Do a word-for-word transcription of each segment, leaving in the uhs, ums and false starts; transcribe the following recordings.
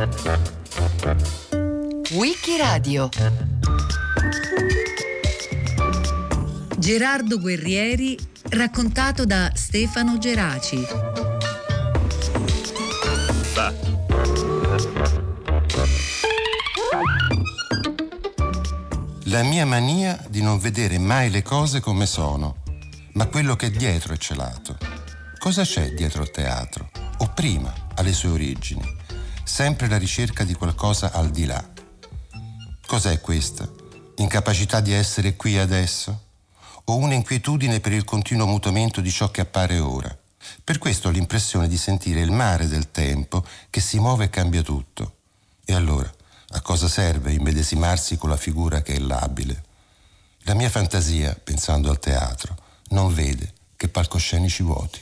Wikiradio. Gerardo Guerrieri, raccontato da Stefano Geraci. La mia mania di non vedere mai le cose come sono, ma quello che dietro è celato. Cosa c'è dietro il teatro? O prima, alle sue origini? Sempre la ricerca di qualcosa al di là. Cos'è questa? Incapacità di essere qui adesso? O un'inquietudine per il continuo mutamento di ciò che appare ora? Per questo ho l'impressione di sentire il mare del tempo che si muove e cambia tutto. E allora, a cosa serve immedesimarsi con la figura che è labile? La mia fantasia, pensando al teatro, non vede che palcoscenici vuoti.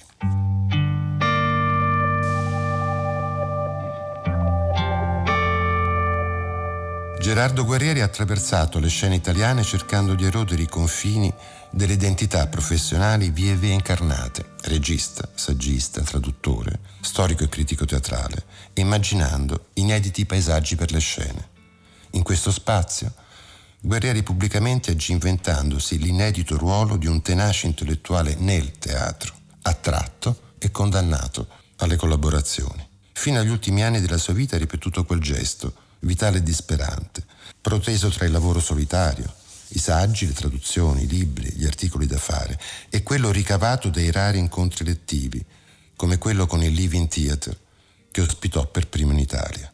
Gerardo Guerrieri ha attraversato le scene italiane cercando di erodere i confini delle identità professionali vie vie incarnate, regista, saggista, traduttore, storico e critico teatrale, immaginando inediti paesaggi per le scene. In questo spazio, Guerrieri pubblicamente agì inventandosi l'inedito ruolo di un tenace intellettuale nel teatro, attratto e condannato alle collaborazioni. Fino agli ultimi anni della sua vita ha ripetuto quel gesto, vitale e disperante, proteso tra il lavoro solitario, i saggi, le traduzioni, i libri, gli articoli da fare, e quello ricavato dai rari incontri lettivi, come quello con il Living Theatre, che ospitò per primo in Italia.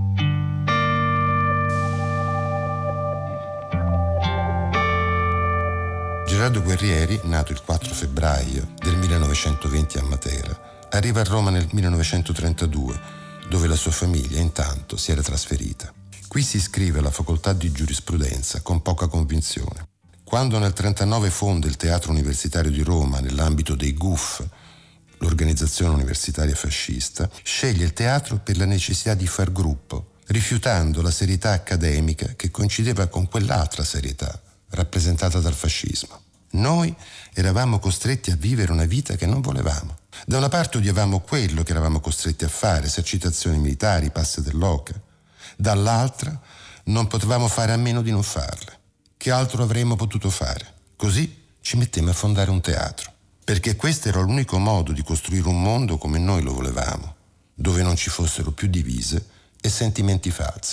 Gerardo Guerrieri, nato il quattro febbraio del millenovecentoventi a Matera, arriva a Roma nel millenovecentotrentadue, dove la sua famiglia intanto si era trasferita. Qui si iscrive alla facoltà di giurisprudenza con poca convinzione. Quando nel millenovecentontantanove fonda il Teatro Universitario di Roma nell'ambito dei G U F, l'organizzazione universitaria fascista, sceglie il teatro per la necessità di far gruppo, rifiutando la serietà accademica che coincideva con quell'altra serietà rappresentata dal fascismo. Noi eravamo costretti a vivere una vita che non volevamo. Da una parte odiavamo quello che eravamo costretti a fare, esercitazioni militari, passe dell'oca. Dall'altra non potevamo fare a meno di non farle. Che altro avremmo potuto fare? Così ci mettemmo a fondare un teatro, perché questo era l'unico modo di costruire un mondo come noi lo volevamo, dove non ci fossero più divise e sentimenti falsi.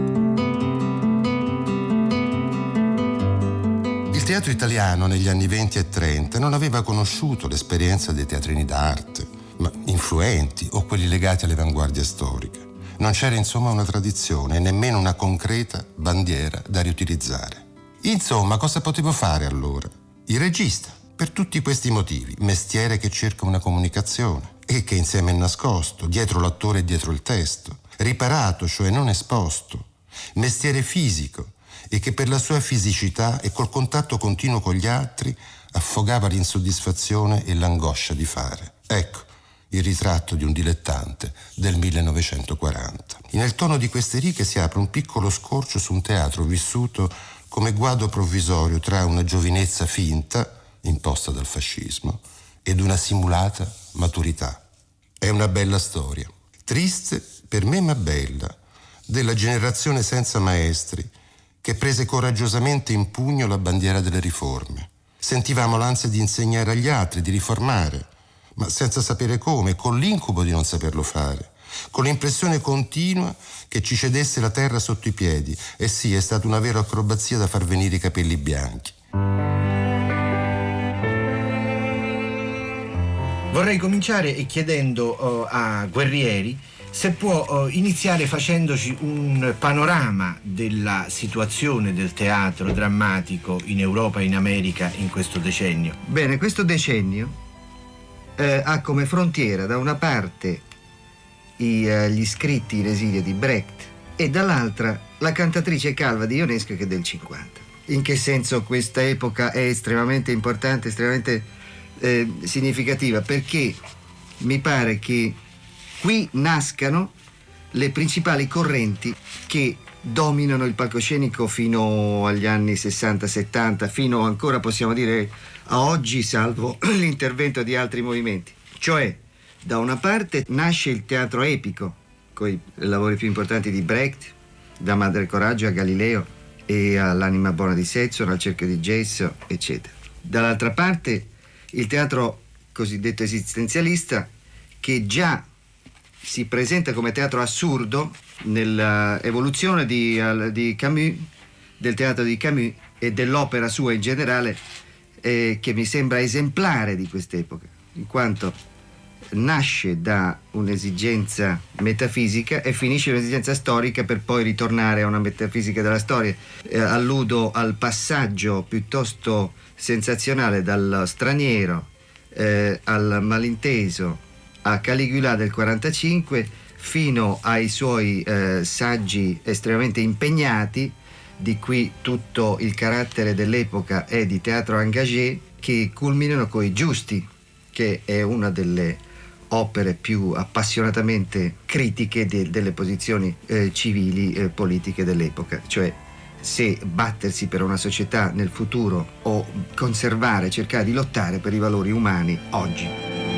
Il teatro italiano negli anni venti e trenta non aveva conosciuto l'esperienza dei teatrini d'arte, ma influenti o quelli legati alle avanguardie storiche. Non c'era insomma una tradizione e nemmeno una concreta bandiera da riutilizzare. Insomma, cosa potevo fare allora? Il regista, per tutti questi motivi, mestiere che cerca una comunicazione e che insieme è nascosto, dietro l'attore e dietro il testo, riparato, cioè non esposto, mestiere fisico, e che per la sua fisicità e col contatto continuo con gli altri affogava l'insoddisfazione e l'angoscia di fare. Ecco il ritratto di un dilettante del millenovecentoquaranta. Nel tono di queste righe si apre un piccolo scorcio su un teatro vissuto come guado provvisorio tra una giovinezza finta, imposta dal fascismo, ed una simulata maturità. È una bella storia, triste per me ma bella, della generazione senza maestri, che prese coraggiosamente in pugno la bandiera delle riforme. Sentivamo l'ansia di insegnare agli altri, di riformare, ma senza sapere come, con l'incubo di non saperlo fare, con l'impressione continua che ci cedesse la terra sotto i piedi. E sì, è stata una vera acrobazia da far venire i capelli bianchi. Vorrei cominciare chiedendo uh, a Guerrieri se può uh, iniziare facendoci un panorama della situazione del teatro drammatico in Europa e in America in questo decennio. Bene, questo decennio eh, ha come frontiera da una parte i, eh, gli scritti in esilio di Brecht e dall'altra la cantatrice calva di Ionesco, che è del cinquanta. In che senso questa epoca è estremamente importante, estremamente eh, significativa? Perché mi pare che qui nascano le principali correnti che dominano il palcoscenico fino agli anni sessanta settanta, fino ancora possiamo dire a oggi, salvo l'intervento di altri movimenti. Cioè, da una parte nasce il teatro epico, con i lavori più importanti di Brecht, da Madre Coraggio a Galileo e all'Anima buona di Setson, al Cerchio di Gesso, eccetera. Dall'altra parte il teatro cosiddetto esistenzialista, che già si presenta come teatro assurdo nell'evoluzione di, di Camus, del teatro di Camus e dell'opera sua in generale, eh, che mi sembra esemplare di quest'epoca, in quanto nasce da un'esigenza metafisica e finisce un'esigenza storica per poi ritornare a una metafisica della storia. Eh, alludo al passaggio piuttosto sensazionale dal Straniero eh, al Malinteso a Caligula del quarantacinque fino ai suoi eh, saggi estremamente impegnati, di cui tutto il carattere dell'epoca è di teatro engagé, che culminano coi Giusti, che è una delle opere più appassionatamente critiche de, delle posizioni eh, civili e eh, politiche dell'epoca, cioè se battersi per una società nel futuro o conservare, cercare di lottare per i valori umani oggi.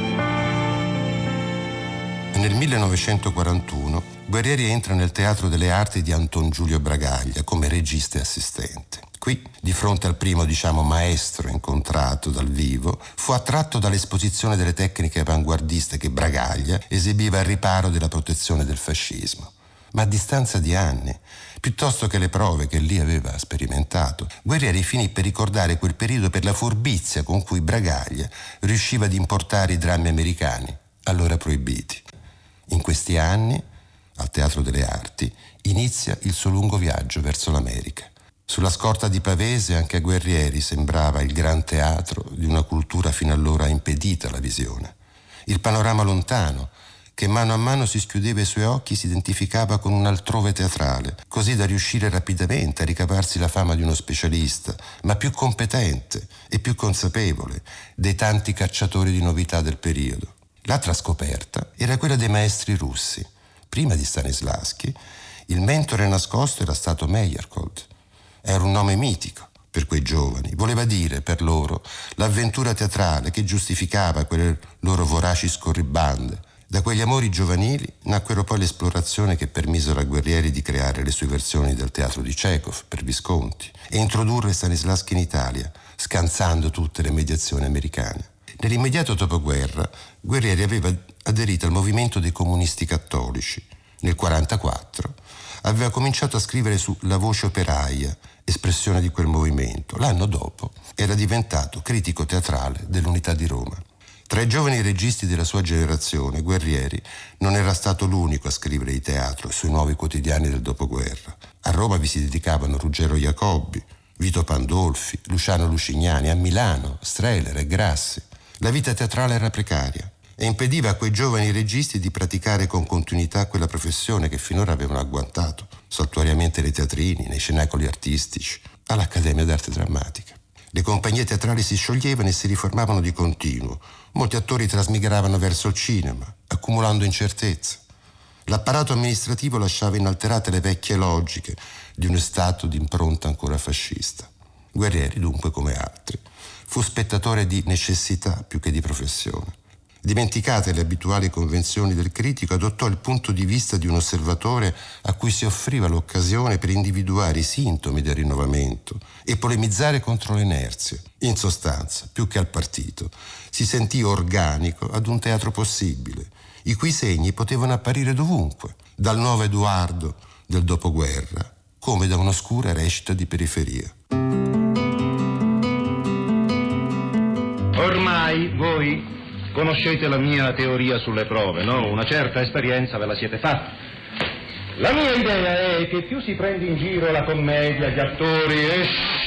Nel millenovecentoquarantuno Guerrieri entra nel Teatro delle Arti di Anton Giulio Bragaglia come regista e assistente. Qui, di fronte al primo, diciamo, maestro incontrato dal vivo, fu attratto dall'esposizione delle tecniche avanguardiste che Bragaglia esibiva al riparo della protezione del fascismo. Ma a distanza di anni, piuttosto che le prove che lì aveva sperimentato, Guerrieri finì per ricordare quel periodo per la furbizia con cui Bragaglia riusciva ad importare i drammi americani, allora proibiti. In questi anni, al Teatro delle Arti, inizia il suo lungo viaggio verso l'America. Sulla scorta di Pavese anche a Guerrieri sembrava il gran teatro di una cultura fino allora impedita alla visione. Il panorama lontano, che mano a mano si schiudeva i suoi occhi, si identificava con un altrove teatrale, così da riuscire rapidamente a ricavarsi la fama di uno specialista, ma più competente e più consapevole dei tanti cacciatori di novità del periodo. L'altra scoperta era quella dei maestri russi. Prima di Stanislavski, il mentore nascosto era stato Meyerhold. Era un nome mitico per quei giovani, voleva dire per loro l'avventura teatrale che giustificava quelle loro voraci scorribande. Da quegli amori giovanili nacquero poi l'esplorazione che permisero a Guerrieri di creare le sue versioni del teatro di Chekhov per Visconti e introdurre Stanislavski in Italia, scansando tutte le mediazioni americane. Nell'immediato dopoguerra, Guerrieri aveva aderito al movimento dei comunisti cattolici. Nel millenovecentoquarantaquattro aveva cominciato a scrivere su La voce operaia, espressione di quel movimento. L'anno dopo era diventato critico teatrale dell'Unità di Roma. Tra i giovani registi della sua generazione, Guerrieri non era stato l'unico a scrivere di teatro sui nuovi quotidiani del dopoguerra. A Roma vi si dedicavano Ruggero Jacobi, Vito Pandolfi, Luciano Lucignani, a Milano Strehler e Grassi. La vita teatrale era precaria e impediva a quei giovani registi di praticare con continuità quella professione che finora avevano agguantato saltuariamente nei teatrini, nei cenacoli artistici, all'Accademia d'Arte Drammatica. Le compagnie teatrali si scioglievano e si riformavano di continuo. Molti attori trasmigravano verso il cinema, accumulando incertezze. L'apparato amministrativo lasciava inalterate le vecchie logiche di uno stato di impronta ancora fascista. Guerrieri, dunque, come altri, fu spettatore di necessità più che di professione. Dimenticate le abituali convenzioni del critico, adottò il punto di vista di un osservatore a cui si offriva l'occasione per individuare i sintomi del rinnovamento e polemizzare contro l'inerzia. In sostanza, più che al partito, si sentì organico ad un teatro possibile, i cui segni potevano apparire dovunque, dal nuovo Edoardo del dopoguerra, come da un'oscura recita di periferia. Ormai voi conoscete la mia teoria sulle prove, no? Una certa esperienza ve la siete fatta. La mia idea è che più si prende in giro la commedia, gli attori e...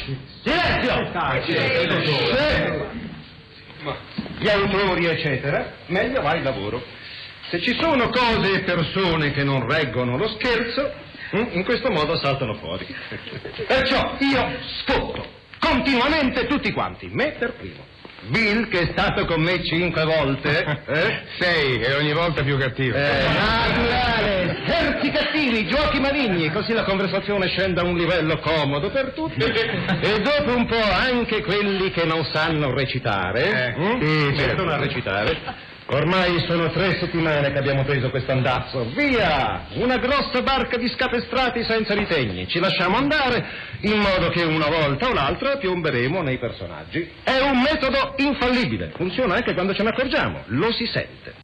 Silenzio! Gli autori, eccetera, meglio va il lavoro. Se ci sono cose e persone che non reggono lo scherzo, in questo modo saltano fuori. Perciò io scotto continuamente tutti quanti, me per primo. Bill, che è stato con me cinque volte, eh? Sei, e ogni volta più cattivo. Eh, naturale, scherzi cattivi, giochi maligni, così la conversazione scende a un livello comodo per tutti. E dopo un po' anche quelli che non sanno recitare, eh, sì, mettono a recitare. Ormai sono tre settimane che abbiamo preso questo andazzo. Via! Una grossa barca di scapestrati senza ritegni. Ci lasciamo andare in modo che una volta o l'altra piomberemo nei personaggi. È un metodo infallibile. Funziona anche quando ce ne accorgiamo. Lo si sente.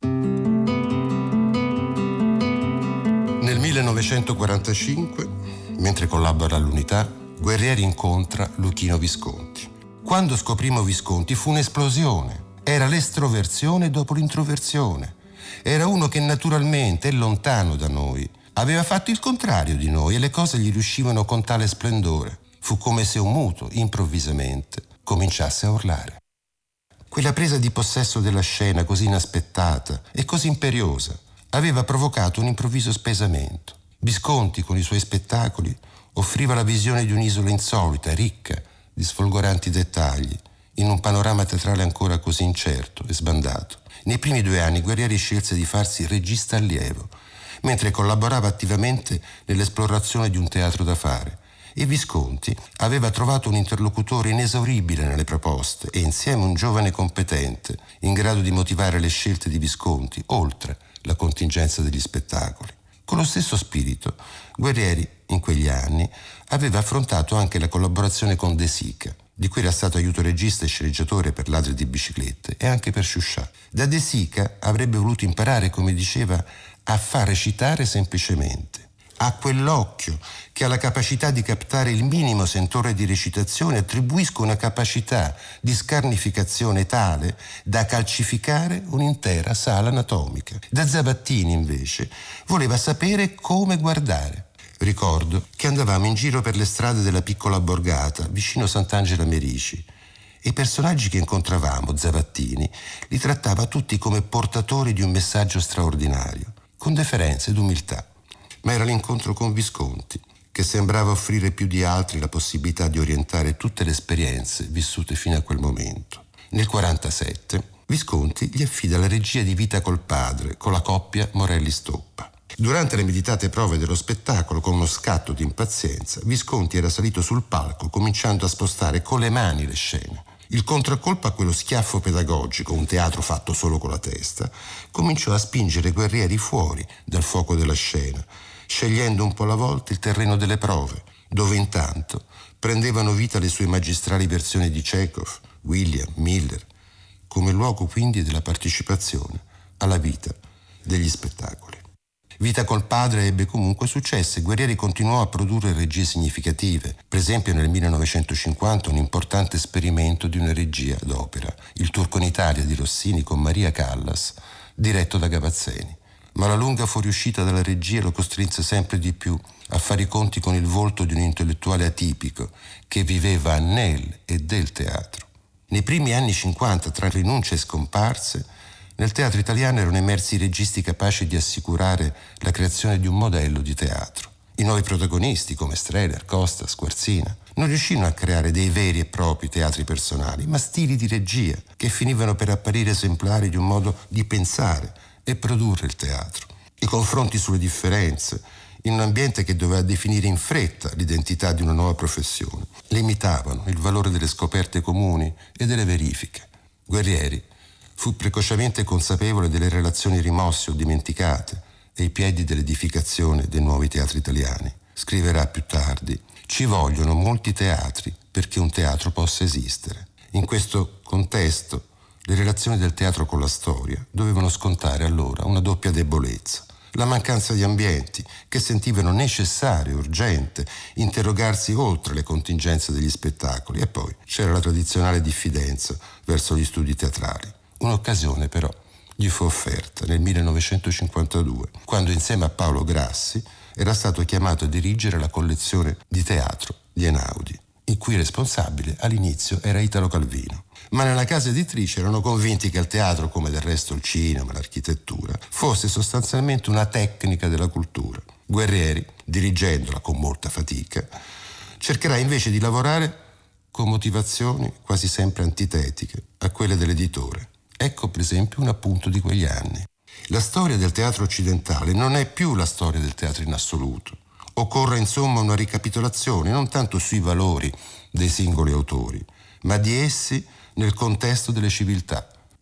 Nel millenovecentoquarantacinque, mentre collabora all'Unità, Guerrieri incontra Luchino Visconti. Quando scoprimmo Visconti fu un'esplosione. Era l'estroversione dopo l'introversione. Era uno che naturalmente, lontano da noi, aveva fatto il contrario di noi e le cose gli riuscivano con tale splendore. Fu come se un muto, improvvisamente, cominciasse a urlare. Quella presa di possesso della scena così inaspettata e così imperiosa aveva provocato un improvviso spesamento. Visconti, con i suoi spettacoli, offriva la visione di un'isola insolita, ricca di sfolgoranti dettagli, in un panorama teatrale ancora così incerto e sbandato. Nei primi due anni Guerrieri scelse di farsi regista allievo, mentre collaborava attivamente nell'esplorazione di un teatro da fare. E Visconti aveva trovato un interlocutore inesauribile nelle proposte e insieme un giovane competente, in grado di motivare le scelte di Visconti, oltre la contingenza degli spettacoli. Con lo stesso spirito, Guerrieri, in quegli anni, aveva affrontato anche la collaborazione con De Sica, di cui era stato aiuto regista e sceneggiatore per Ladri di biciclette e anche per Sciuscià. Da De Sica avrebbe voluto imparare, come diceva, a far recitare semplicemente. A quell'occhio che ha la capacità di captare il minimo sentore di recitazione attribuisco una capacità di scarnificazione tale da calcificare un'intera sala anatomica. Da Zavattini, invece, voleva sapere come guardare. Ricordo che andavamo in giro per le strade della piccola borgata, vicino Sant'Angela Merici, e i personaggi che incontravamo, Zavattini, li trattava tutti come portatori di un messaggio straordinario, con deferenza ed umiltà. Ma era l'incontro con Visconti che sembrava offrire più di altri la possibilità di orientare tutte le esperienze vissute fino a quel momento. Nel quarantasette Visconti gli affida la regia di Vita col padre con la coppia Morelli-Stoppa. Durante le meditate prove dello spettacolo, con uno scatto di impazienza, Visconti era salito sul palco cominciando a spostare con le mani le scene. Il contraccolpo a quello schiaffo pedagogico, un teatro fatto solo con la testa, cominciò a spingere Guerrieri fuori dal fuoco della scena, scegliendo un po' alla volta il terreno delle prove, dove intanto prendevano vita le sue magistrali versioni di Chekhov, William, Miller, come luogo quindi della partecipazione alla vita degli spettacoli. Vita col padre ebbe comunque successo e Guerrieri continuò a produrre regie significative. Per esempio nel millenovecentocinquanta un importante esperimento di una regia d'opera, Il Turco in Italia di Rossini con Maria Callas, diretto da Gavazzeni. Ma la lunga fuoriuscita dalla regia lo costrinse sempre di più a fare i conti con il volto di un intellettuale atipico che viveva nel e del teatro. Nei primi anni cinquanta, tra rinunce e scomparse, nel teatro italiano erano emersi i registi capaci di assicurare la creazione di un modello di teatro. I nuovi protagonisti, come Strehler, Costa, Squarzina, non riuscirono a creare dei veri e propri teatri personali, ma stili di regia che finivano per apparire esemplari di un modo di pensare e produrre il teatro. I confronti sulle differenze, in un ambiente che doveva definire in fretta l'identità di una nuova professione, limitavano il valore delle scoperte comuni e delle verifiche. Guerrieri fu precocemente consapevole delle relazioni rimosse o dimenticate ai piedi dell'edificazione dei nuovi teatri italiani. Scriverà più tardi: ci vogliono molti teatri perché un teatro possa esistere. In questo contesto, le relazioni del teatro con la storia dovevano scontare allora una doppia debolezza. La mancanza di ambienti che sentivano necessario e urgente interrogarsi oltre le contingenze degli spettacoli, e poi c'era la tradizionale diffidenza verso gli studi teatrali. Un'occasione però gli fu offerta nel millenovecentocinquantadue, quando insieme a Paolo Grassi era stato chiamato a dirigere la collezione di teatro di Einaudi, il cui responsabile all'inizio era Italo Calvino. Ma nella casa editrice erano convinti che il teatro, come del resto il cinema, l'architettura, fosse sostanzialmente una tecnica della cultura. Guerrieri, dirigendola con molta fatica, cercherà invece di lavorare con motivazioni quasi sempre antitetiche a quelle dell'editore. Ecco per esempio un appunto di quegli anni. La storia del teatro occidentale non è più la storia del teatro in assoluto. Occorre insomma una ricapitolazione non tanto sui valori dei singoli autori, ma di essi nel contesto delle civiltà,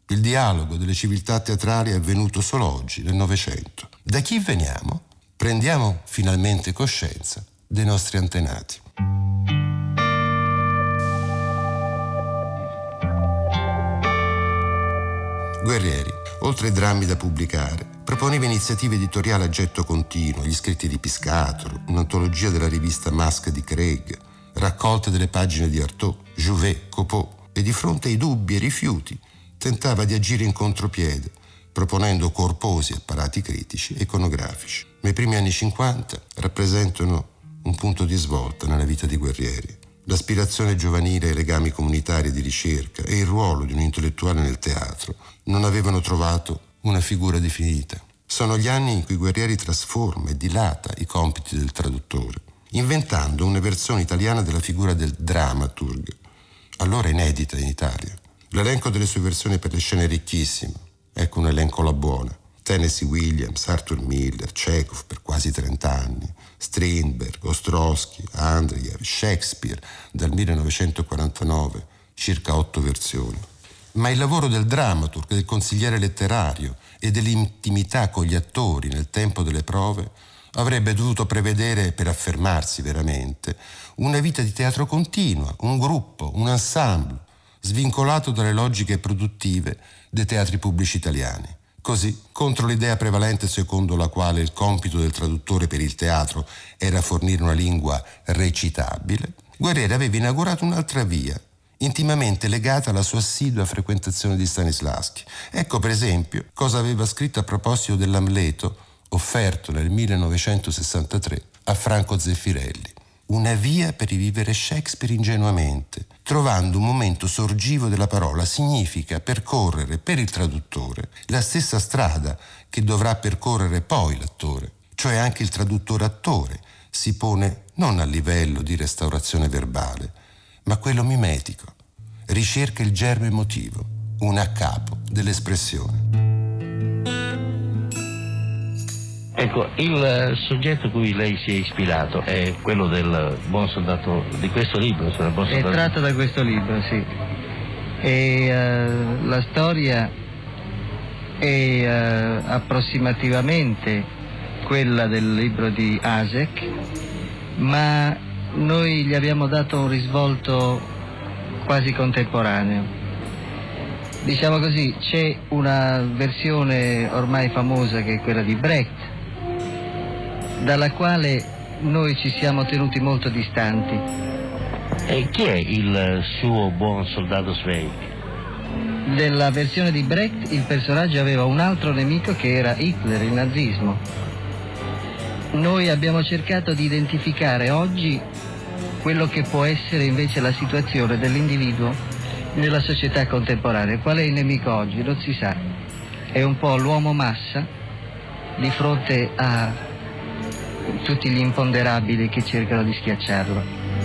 Il dialogo delle civiltà teatrali è avvenuto solo oggi, nel Novecento. Da chi veniamo? Prendiamo finalmente coscienza dei nostri antenati. Guerrieri, oltre ai drammi da pubblicare, proponeva iniziative editoriali a getto continuo, gli scritti di Piscator, un'antologia della rivista Masque di Craig, raccolte delle pagine di Artaud, Jouvet, Copeau, e di fronte ai dubbi e rifiuti tentava di agire in contropiede, proponendo corposi apparati critici e iconografici. Ma i primi anni cinquanta rappresentano un punto di svolta nella vita di Guerrieri. L'aspirazione giovanile ai legami comunitari di ricerca e il ruolo di un intellettuale nel teatro non avevano trovato una figura definita. Sono gli anni in cui Guerrieri trasforma e dilata i compiti del traduttore, inventando una versione italiana della figura del dramaturg, allora inedita in Italia. L'elenco delle sue versioni per le scene è ricchissimo. Ecco un elenco alla buona. Tennessee Williams, Arthur Miller, Chekhov per quasi trenta anni, Strindberg, Ostrowski, Andrejev, Shakespeare dal millenovecentoquarantanove, circa otto versioni. Ma il lavoro del drammaturg, del consigliere letterario e dell'intimità con gli attori nel tempo delle prove avrebbe dovuto prevedere, per affermarsi veramente, una vita di teatro continua, un gruppo, un ensemble, svincolato dalle logiche produttive dei teatri pubblici italiani. Così, contro l'idea prevalente secondo la quale il compito del traduttore per il teatro era fornire una lingua recitabile, Guerrieri aveva inaugurato un'altra via, intimamente legata alla sua assidua frequentazione di Stanislavski. Ecco per esempio cosa aveva scritto a proposito dell'Amleto offerto nel millenovecentosessantatré a Franco Zeffirelli. Una via per rivivere Shakespeare ingenuamente, trovando un momento sorgivo della parola, significa percorrere per il traduttore la stessa strada che dovrà percorrere poi l'attore, cioè anche il traduttore-attore si pone non a livello di restaurazione verbale, ma quello mimetico, ricerca il germe emotivo, un a capo dell'espressione. Ecco, il soggetto a cui lei si è ispirato è quello del buon soldato, di questo libro? Cioè buon è tratto da questo libro, sì. E uh, la storia è uh, approssimativamente quella del libro di Asek, ma noi gli abbiamo dato un risvolto quasi contemporaneo. Diciamo così, c'è una versione ormai famosa che è quella di Brecht, dalla quale noi ci siamo tenuti molto distanti. E chi è il suo buon soldato Zweig? Nella versione di Brecht il personaggio aveva un altro nemico che era Hitler, il nazismo. Noi abbiamo cercato di identificare oggi quello che può essere invece la situazione dell'individuo nella società contemporanea. Qual è il nemico oggi? Non si sa. È un po' l'uomo massa di fronte a tutti gli imponderabili che cercano di schiacciarlo.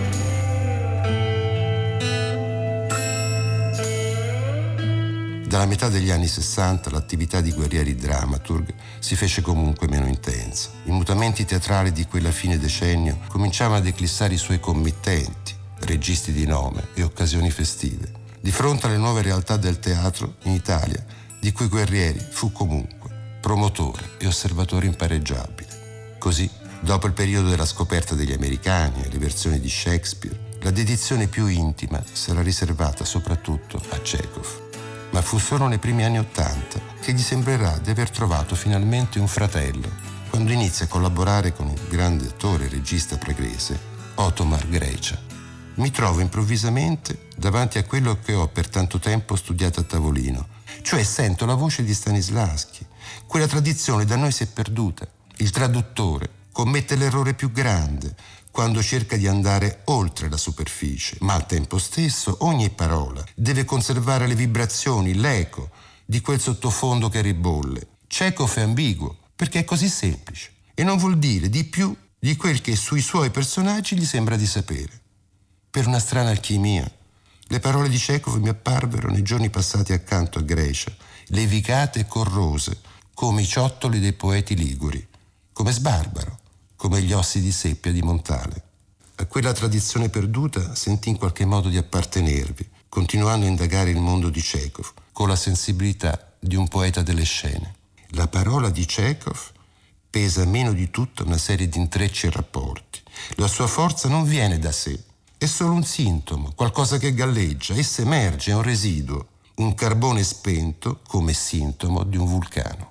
Dalla metà degli anni sessanta l'attività di Guerrieri dramaturg si fece comunque meno intensa. I mutamenti teatrali di quella fine decennio cominciavano ad eclissare i suoi committenti, registi di nome e occasioni festive. Di fronte alle nuove realtà del teatro in Italia, di cui Guerrieri fu comunque promotore e osservatore impareggiabile. Così, dopo il periodo della scoperta degli americani e le versioni di Shakespeare, la dedizione più intima sarà riservata soprattutto a Chekhov. Ma fu solo nei primi anni Ottanta che gli sembrerà di aver trovato finalmente un fratello, quando inizia a collaborare con il grande attore e regista pregrese Otomar Grecia. Mi trovo improvvisamente davanti a quello che ho per tanto tempo studiato a tavolino, cioè sento la voce di Stanislavski. Quella tradizione da noi si è perduta. Il traduttore commette l'errore più grande quando cerca di andare oltre la superficie, ma al tempo stesso ogni parola deve conservare le vibrazioni, l'eco di quel sottofondo che ribolle. Chekhov è ambiguo perché è così semplice e non vuol dire di più di quel che sui suoi personaggi gli sembra di sapere. Per una strana alchimia, le parole di Chekhov mi apparvero nei giorni passati accanto a Grecia, levicate e corrose come i ciottoli dei poeti liguri, come Sbarbaro, come gli ossi di seppia di Montale. A quella tradizione perduta sentì in qualche modo di appartenervi, continuando a indagare il mondo di Chekhov, con la sensibilità di un poeta delle scene. La parola di Chekhov pesa meno di tutta una serie di intrecci e rapporti. La sua forza non viene da sé, è solo un sintomo, qualcosa che galleggia, essa emerge, è un residuo, un carbone spento come sintomo di un vulcano.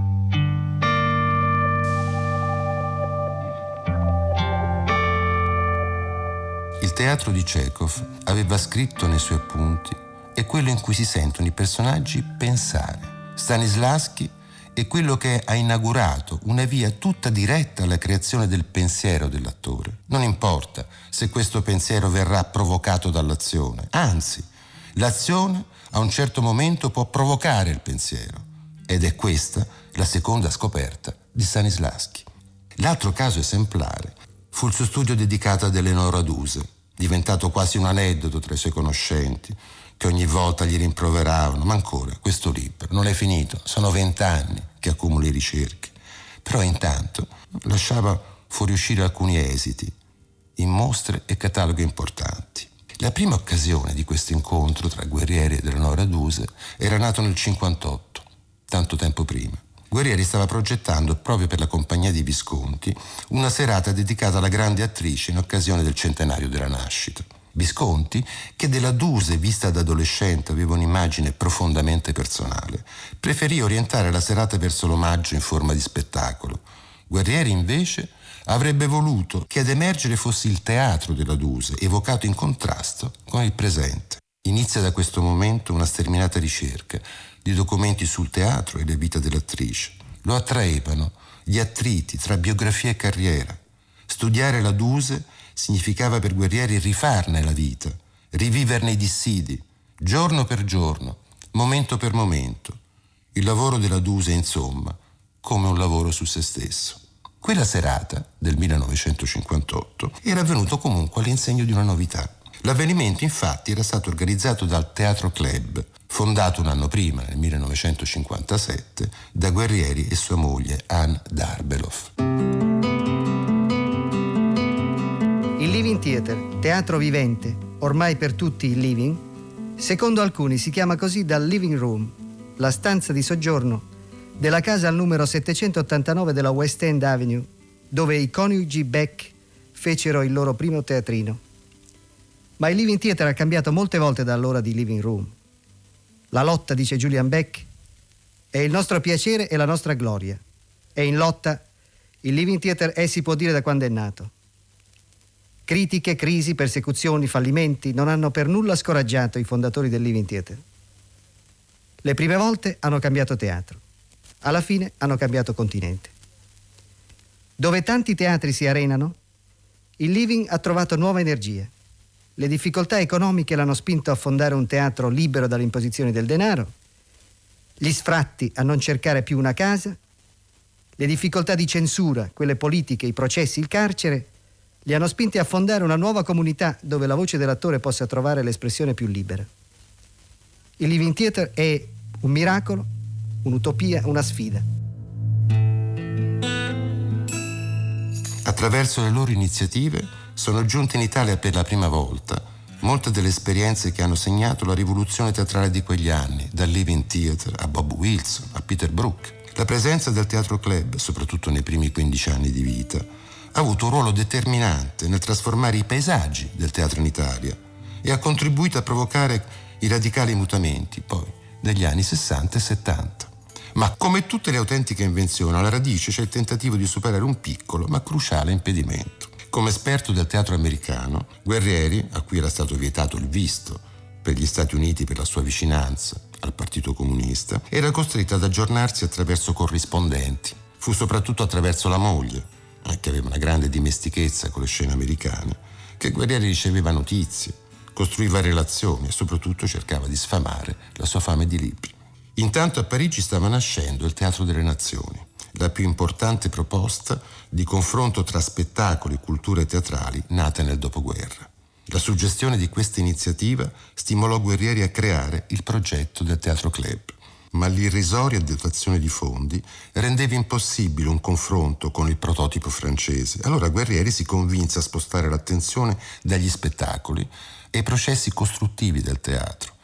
Il teatro di Chekhov, aveva scritto nei suoi appunti, è quello in cui si sentono i personaggi pensare. Stanislavski è quello che ha inaugurato una via tutta diretta alla creazione del pensiero dell'attore. Non importa se questo pensiero verrà provocato dall'azione, anzi, l'azione a un certo momento può provocare il pensiero. Ed è questa la seconda scoperta di Stanislavski. L'altro caso esemplare fu il suo studio dedicato ad Eleonora Duse, diventato quasi un aneddoto tra i suoi conoscenti, che ogni volta gli rimproveravano: ma ancora questo libro non è finito, sono vent'anni che accumuli ricerche. Però intanto lasciava fuoriuscire alcuni esiti in mostre e cataloghi importanti. La prima occasione di questo incontro tra Guerrieri ed Eleonora Duse era nato nel cinquantotto, tanto tempo prima. Guerrieri stava progettando, proprio per la compagnia di Visconti, una serata dedicata alla grande attrice in occasione del centenario della nascita. Visconti, che della Duse vista da adolescente aveva un'immagine profondamente personale, preferì orientare la serata verso l'omaggio in forma di spettacolo. Guerrieri invece avrebbe voluto che ad emergere fosse il teatro della Duse, evocato in contrasto con il presente. Inizia da questo momento una sterminata ricerca di documenti sul teatro e le vite dell'attrice. Lo attraevano gli attriti tra biografia e carriera. Studiare la Duse significava per Guerrieri rifarne la vita, riviverne i dissidi, giorno per giorno, momento per momento. Il lavoro della Duse, insomma, come un lavoro su se stesso. Quella serata del millenovecentocinquantotto era avvenuto comunque all'insegno di una novità. L'avvenimento, infatti, era stato organizzato dal Teatro Club, fondato un anno prima, nel millenovecentocinquantasette, da Guerrieri e sua moglie Anne D'Arbeloff. Il Living Theatre, teatro vivente, ormai per tutti il living, secondo alcuni si chiama così dal living room, la stanza di soggiorno della casa al numero settecentottantanove della West End Avenue, dove i coniugi Beck fecero il loro primo teatrino. Ma il Living Theatre ha cambiato molte volte da allora di living room. La lotta, dice Julian Beck, è il nostro piacere e la nostra gloria. E in lotta il Living Theatre è, si può dire, da quando è nato. Critiche, crisi, persecuzioni, fallimenti non hanno per nulla scoraggiato i fondatori del Living Theatre. Le prime volte hanno cambiato teatro, alla fine hanno cambiato continente. Dove tanti teatri si arenano, il Living ha trovato nuova energia. Le difficoltà economiche l'hanno spinto a fondare un teatro libero dalle imposizioni del denaro, gli sfratti a non cercare più una casa, le difficoltà di censura, quelle politiche, i processi, il carcere, li hanno spinti a fondare una nuova comunità dove la voce dell'attore possa trovare l'espressione più libera. Il Living Theatre è un miracolo, un'utopia, una sfida. Attraverso le loro iniziative sono giunte in Italia per la prima volta molte delle esperienze che hanno segnato la rivoluzione teatrale di quegli anni, dal Living Theatre a Bob Wilson, a Peter Brook. La presenza del Teatro Club, soprattutto nei primi quindici anni di vita, ha avuto un ruolo determinante nel trasformare i paesaggi del teatro in Italia e ha contribuito a provocare i radicali mutamenti, poi, degli anni sessanta e settanta. Ma come tutte le autentiche invenzioni, alla radice c'è il tentativo di superare un piccolo ma cruciale impedimento. Come esperto del teatro americano, Guerrieri, a cui era stato vietato il visto per gli Stati Uniti per la sua vicinanza al Partito Comunista, era costretto ad aggiornarsi attraverso corrispondenti. Fu soprattutto attraverso la moglie, che aveva una grande dimestichezza con le scene americane, che Guerrieri riceveva notizie, costruiva relazioni e soprattutto cercava di sfamare la sua fame di libri. Intanto a Parigi stava nascendo il Teatro delle Nazioni, la più importante proposta di confronto tra spettacoli e culture teatrali nate nel dopoguerra. La suggestione di questa iniziativa stimolò Guerrieri a creare il progetto del Teatro Club, ma l'irrisoria dotazione di fondi rendeva impossibile un confronto con il prototipo francese. Allora Guerrieri si convinse a spostare l'attenzione dagli spettacoli ai processi costruttivi del teatro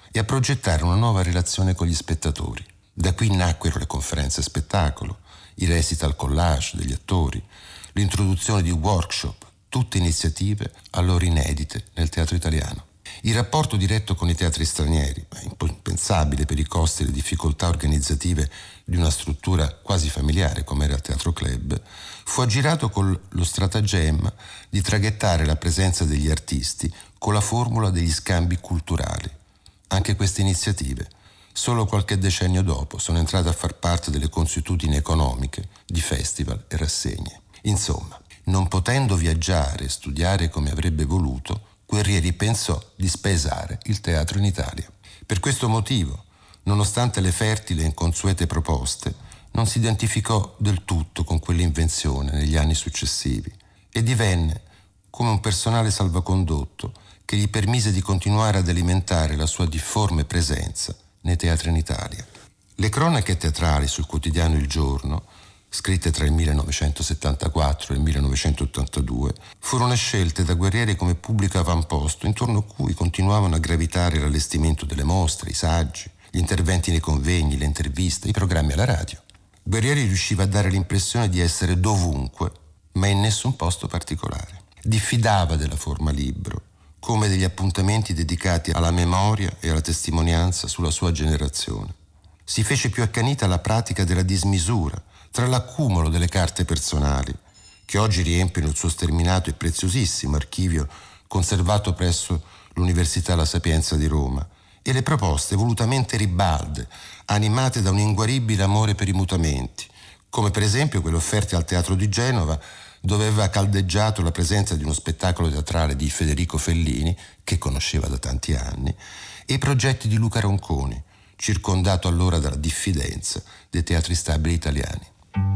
e a progettare una nuova relazione con gli spettatori. Da qui nacquero le conferenze spettacolo, i recital collage degli attori, l'introduzione di workshop, tutte iniziative allora inedite nel teatro italiano. Il rapporto diretto con i teatri stranieri, impensabile per i costi e le difficoltà organizzative di una struttura quasi familiare come era il Teatro Club, fu aggirato con lo stratagemma di traghettare la presenza degli artisti con la formula degli scambi culturali. Anche queste iniziative, solo qualche decennio dopo, sono entrate a far parte delle consuetudini economiche di festival e rassegne. Insomma, non potendo viaggiare e studiare come avrebbe voluto, Guerrieri pensò di spesare il teatro in Italia. Per questo motivo, nonostante le fertili e inconsuete proposte, non si identificò del tutto con quell'invenzione negli anni successivi e divenne come un personale salvacondotto che gli permise di continuare ad alimentare la sua difforme presenza nei teatri in Italia. Le cronache teatrali sul quotidiano Il Giorno, scritte tra il millenovecentosettantaquattro e il millenovecentottantadue, furono scelte da Guerrieri come pubblico avamposto intorno a cui continuavano a gravitare l'allestimento delle mostre, i saggi, gli interventi nei convegni, le interviste, i programmi alla radio. Guerrieri riusciva a dare l'impressione di essere dovunque, ma in nessun posto particolare. Diffidava della forma libro, come degli appuntamenti dedicati alla memoria e alla testimonianza sulla sua generazione. Si fece più accanita alla pratica della dismisura, tra l'accumulo delle carte personali, che oggi riempiono il suo sterminato e preziosissimo archivio conservato presso l'Università La Sapienza di Roma, e le proposte volutamente ribalde, animate da un inguaribile amore per i mutamenti, come per esempio quelle offerte al Teatro di Genova, dove aveva caldeggiato la presenza di uno spettacolo teatrale di Federico Fellini, che conosceva da tanti anni, e i progetti di Luca Ronconi, circondato allora dalla diffidenza dei teatri stabili italiani.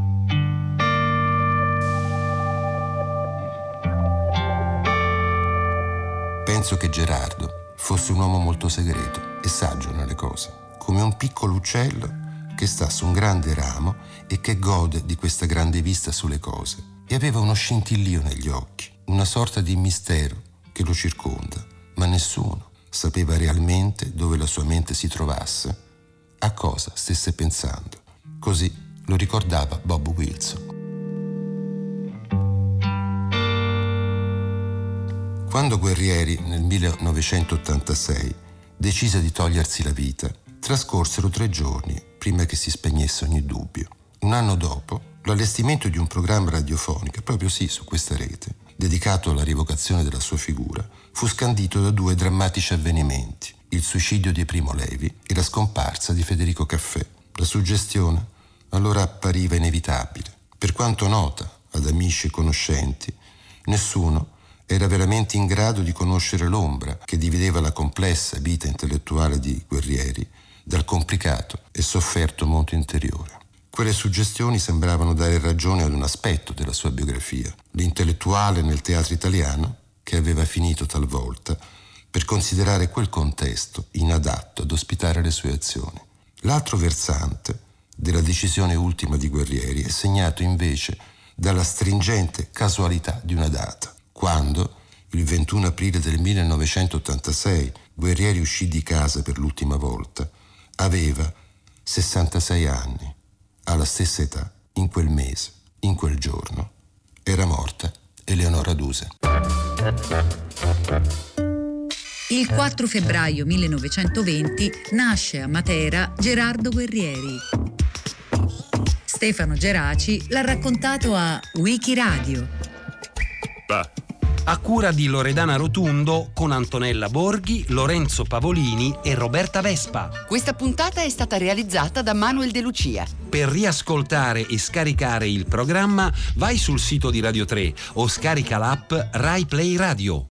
Penso che Gerardo fosse un uomo molto segreto e saggio nelle cose, come un piccolo uccello che sta su un grande ramo e che gode di questa grande vista sulle cose, e aveva uno scintillio negli occhi, una sorta di mistero che lo circonda, ma nessuno sapeva realmente dove la sua mente si trovasse, a cosa stesse pensando. Così lo ricordava Bob Wilson. Quando Guerrieri, nel millenovecentottantasei, decise di togliersi la vita, trascorsero tre giorni prima che si spegnesse ogni dubbio. Un anno dopo, l'allestimento di un programma radiofonico, proprio sì, su questa rete, dedicato alla rievocazione della sua figura, fu scandito da due drammatici avvenimenti: il suicidio di Primo Levi e la scomparsa di Federico Caffè. La suggestione allora appariva inevitabile. Per quanto nota ad amici e conoscenti, nessuno era veramente in grado di conoscere l'ombra che divideva la complessa vita intellettuale di Guerrieri dal complicato e sofferto mondo interiore. Quelle suggestioni sembravano dare ragione ad un aspetto della sua biografia, l'intellettuale nel teatro italiano che aveva finito talvolta per considerare quel contesto inadatto ad ospitare le sue azioni. L'altro versante della decisione ultima di Guerrieri è segnato invece dalla stringente casualità di una data. Quando, il ventuno aprile del millenovecentottantasei, Guerrieri uscì di casa per l'ultima volta, aveva sessantasei anni. Alla stessa età, in quel mese, in quel giorno, era morta Eleonora Duse. Il quattro febbraio millenovecentoventi nasce a Matera Gerardo Guerrieri. Stefano Geraci l'ha raccontato a Wikiradio. A cura di Loredana Rotundo con Antonella Borghi, Lorenzo Pavolini e Roberta Vespa. Questa puntata è stata realizzata da Manuel De Lucia. Per riascoltare e scaricare il programma vai sul sito di Radio tre o scarica l'app Rai Play Radio.